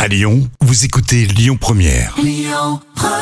À Lyon, vous écoutez Lyon Première. Lyon Première.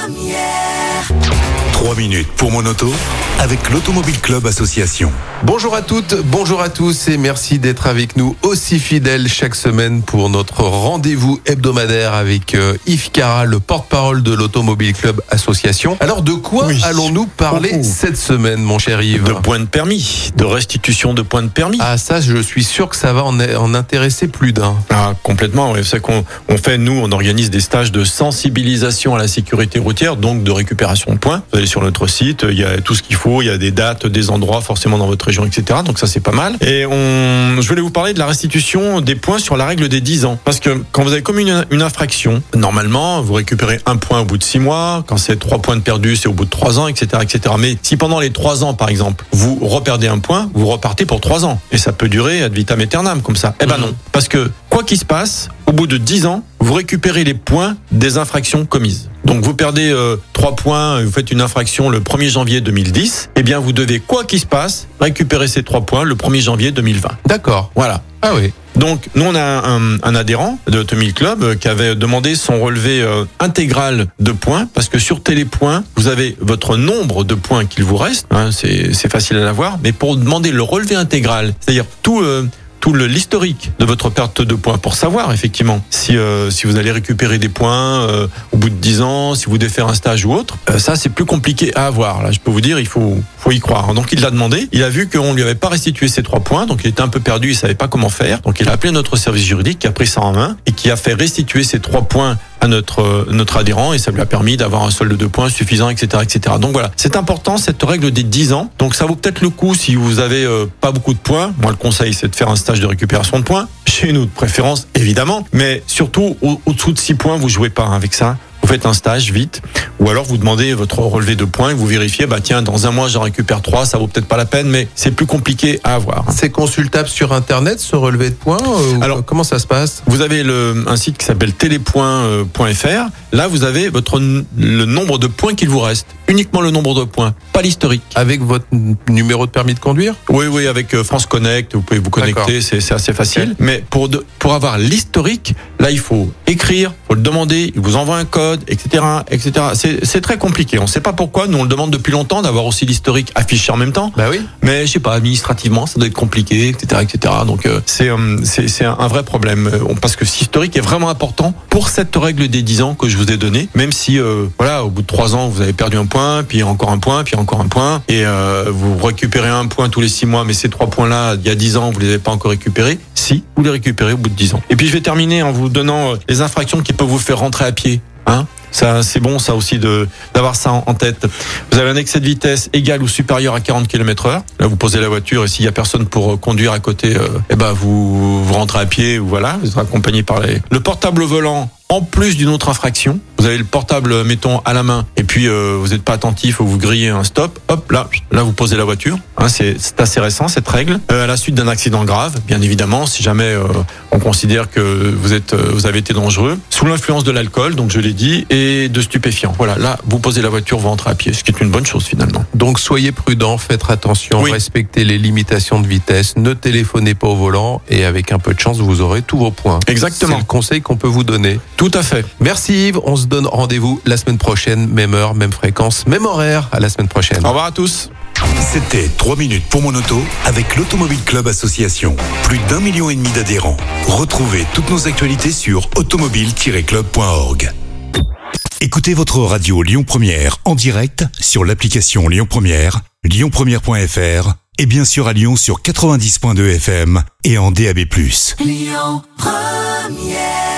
3 minutes pour mon auto avec l'Automobile Club Association. Bonjour à toutes, bonjour à tous et merci d'être avec nous aussi fidèles chaque semaine pour notre rendez-vous hebdomadaire avec Yves Cara, le porte-parole de l'Automobile Club Association. Alors de quoi allons-nous parler cette semaine, mon cher Yves ? De points de permis, de restitution de points de permis. Ah ça, je suis sûr que ça va en intéresser plus d'un. Ah, complètement, oui. C'est qu'on on organise des stages de sensibilisation à la sécurité routière, donc de récupération de points. Vous allez sur notre site, il y a tout ce qu'il faut, il y a des dates, des endroits forcément dans votre région, etc. Donc ça c'est pas mal. Et je voulais vous parler de la restitution des points sur la règle des 10 ans. Parce que quand vous avez commis une infraction, normalement vous récupérez un point au bout de 6 mois, quand c'est 3 points de perdus, c'est au bout de 3 ans, etc., etc. Mais si pendant les 3 ans, par exemple, vous reperdez un point, vous repartez pour 3 ans. Et ça peut durer ad vitam aeternam comme ça. Eh ben non. Parce que quoi qu'il se passe, au bout de 10 ans, vous récupérez les points des infractions commises. Donc vous perdez 3 points, vous faites une infraction le 1er janvier 2010, eh bien vous devez, quoi qu'il se passe, récupérer ces 3 points le 1er janvier 2020. D'accord. Voilà. Ah oui. Donc nous on a un adhérent de l'Automobile Club qui avait demandé son relevé intégral de points, parce que sur Télépoints, vous avez votre nombre de points qu'il vous reste, hein, c'est facile à l'avoir, mais pour demander le relevé intégral, c'est-à-dire tout l'historique de votre perte de points pour savoir effectivement si vous allez récupérer des points au bout de 10 ans, si vous devez faire un stage ou autre, ça c'est plus compliqué à avoir. Là, je peux vous dire, il faut y croire. Donc il l'a demandé, il a vu qu'on lui avait pas restitué ses 3 points, donc il était un peu perdu, il savait pas comment faire. Donc il a appelé notre service juridique qui a pris ça en main et qui a fait restituer ces 3 points à notre adhérent, et ça lui a permis d'avoir un solde de points suffisant, etc., etc. Donc voilà, c'est important cette règle des 10 ans. Donc ça vaut peut-être le coup si vous avez pas beaucoup de points. Moi le conseil c'est de faire un stage de récupération de points, chez nous de préférence évidemment, mais surtout au-dessous de 6 points vous jouez pas avec ça. Vous faites un stage vite, ou alors vous demandez votre relevé de points et vous vérifiez, tiens, dans un mois j'en récupère 3, ça vaut peut-être pas la peine, mais c'est plus compliqué à avoir. C'est consultable sur Internet, ce relevé de points Alors, comment ça se passe ? Vous avez un site qui s'appelle télépoints.fr. Là, vous avez le nombre de points qu'il vous reste. Uniquement le nombre de points, pas l'historique. Avec votre numéro de permis de conduire ? Oui, avec France Connect, vous pouvez vous connecter, c'est assez facile. Okay. Mais pour avoir l'historique, là, il faut écrire, il faut le demander, il vous envoie un code, etc., etc. C'est très compliqué. On ne sait pas pourquoi. Nous, on le demande depuis longtemps d'avoir aussi l'historique affiché en même temps. Bah oui. Mais je sais pas, administrativement, ça doit être compliqué, etc., etc. Donc c'est un vrai problème. Parce que cet historique est vraiment important pour cette règle des 10 ans que je vous ai donnée. Même si, au bout de 3 ans, vous avez perdu un point, puis encore un point, puis encore un point, et vous récupérez un point tous les 6 mois, mais ces 3 points-là, il y a 10 ans, vous les avez pas encore récupérés. Si, vous les récupérez au bout de 10 ans. Et puis je vais terminer en vous donnant les infractions qui peuvent vous faire rentrer à pied. Hein ? Ça, c'est bon, ça aussi, d'avoir ça en tête. Vous avez un excès de vitesse égal ou supérieur à 40 km/h. Là, vous posez la voiture et s'il y a personne pour conduire à côté, vous rentrez à pied, ou voilà, vous êtes accompagné par le portable au volant. En plus d'une autre infraction, vous avez le portable, mettons, à la main, et puis vous n'êtes pas attentif ou vous grillez un stop, hop, là vous posez la voiture. Hein, c'est assez récent cette règle. À la suite d'un accident grave, bien évidemment, si jamais on considère que vous avez été dangereux, sous l'influence de l'alcool, donc je l'ai dit, et de stupéfiants. Voilà, là vous posez la voiture, vous rentrez à pied, ce qui est une bonne chose finalement. Donc soyez prudents, faites attention, respectez les limitations de vitesse, ne téléphonez pas au volant, et avec un peu de chance, vous aurez tous vos points. Exactement. C'est le conseil qu'on peut vous donner. Tout à fait. Merci Yves, on se donne rendez-vous la semaine prochaine, même heure, même fréquence, même horaire. À la semaine prochaine. Au revoir à tous. C'était 3 minutes pour mon auto avec l'Automobile Club Association. Plus d'1,5 million d'adhérents. Retrouvez toutes nos actualités sur automobile-club.org. Écoutez votre radio Lyon Première en direct sur l'application Lyon Première, lyonpremière.fr et bien sûr à Lyon sur 90.2 FM et en DAB+. Lyon Première.